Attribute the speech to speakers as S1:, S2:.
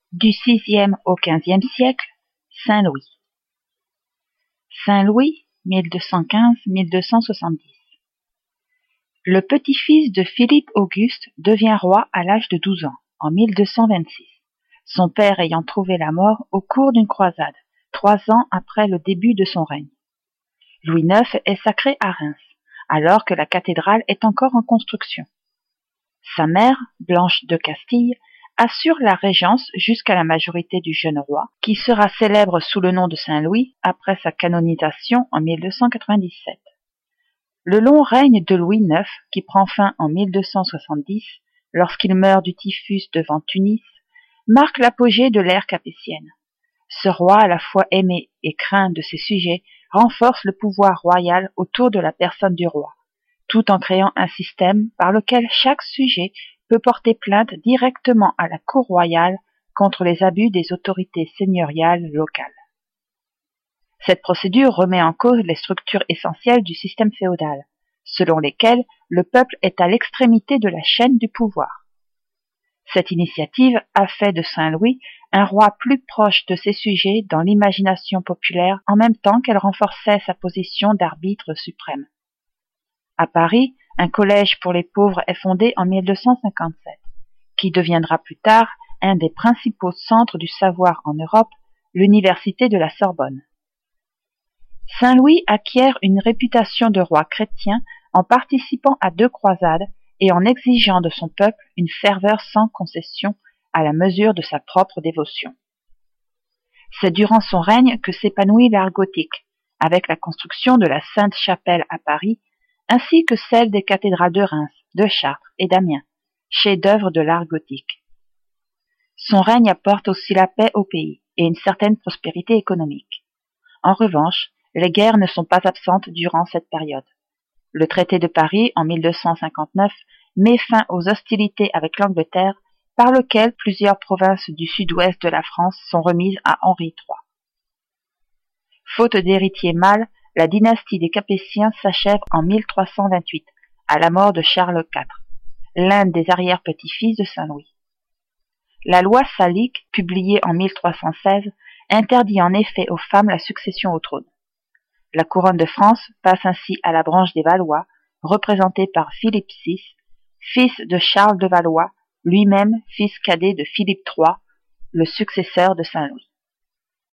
S1: Du VIe au XVe siècle, Saint-Louis. Saint-Louis, 1215-1270. Le petit-fils de Philippe Auguste devient roi à l'âge de 12 ans, en 1226, son père ayant trouvé la mort au cours d'une croisade, 3 ans après le début de son règne. Louis IX est sacré à Reims, alors que la cathédrale est encore en construction. Sa mère, Blanche de Castille, assure la régence jusqu'à la majorité du jeune roi, qui sera célèbre sous le nom de Saint-Louis après sa canonisation en 1297. Le long règne de Louis IX, qui prend fin en 1270, lorsqu'il meurt du typhus devant Tunis, marque l'apogée de l'ère capétienne. Ce roi, à la fois aimé et craint de ses sujets, renforce le pouvoir royal autour de la personne du roi, tout en créant un système par lequel chaque sujet peut porter plainte directement à la cour royale contre les abus des autorités seigneuriales locales. Cette procédure remet en cause les structures essentielles du système féodal, selon lesquelles le peuple est à l'extrémité de la chaîne du pouvoir. Cette initiative a fait de Saint-Louis un roi plus proche de ses sujets dans l'imagination populaire en même temps qu'elle renforçait sa position d'arbitre suprême. À Paris, un collège pour les pauvres est fondé en 1257, qui deviendra plus tard un des principaux centres du savoir en Europe, l'université de la Sorbonne. Saint-Louis acquiert une réputation de roi chrétien en participant à 2 croisades et en exigeant de son peuple une ferveur sans concession à la mesure de sa propre dévotion. C'est durant son règne que s'épanouit l'art gothique, avec la construction de la Sainte-Chapelle à Paris, ainsi que celle des cathédrales de Reims, de Chartres et d'Amiens, chefs-d'œuvre de l'art gothique. Son règne apporte aussi la paix au pays et une certaine prospérité économique. En revanche, les guerres ne sont pas absentes durant cette période. Le traité de Paris, en 1259, met fin aux hostilités avec l'Angleterre, par lequel plusieurs provinces du sud-ouest de la France sont remises à Henri III. Faute d'héritier mâle, la dynastie des Capétiens s'achève en 1328, à la mort de Charles IV, l'un des arrière-petits-fils de Saint-Louis. La loi salique, publiée en 1316, interdit en effet aux femmes la succession au trône. La couronne de France passe ainsi à la branche des Valois, représentée par Philippe VI, fils de Charles de Valois, lui-même fils cadet de Philippe III, le successeur de Saint-Louis.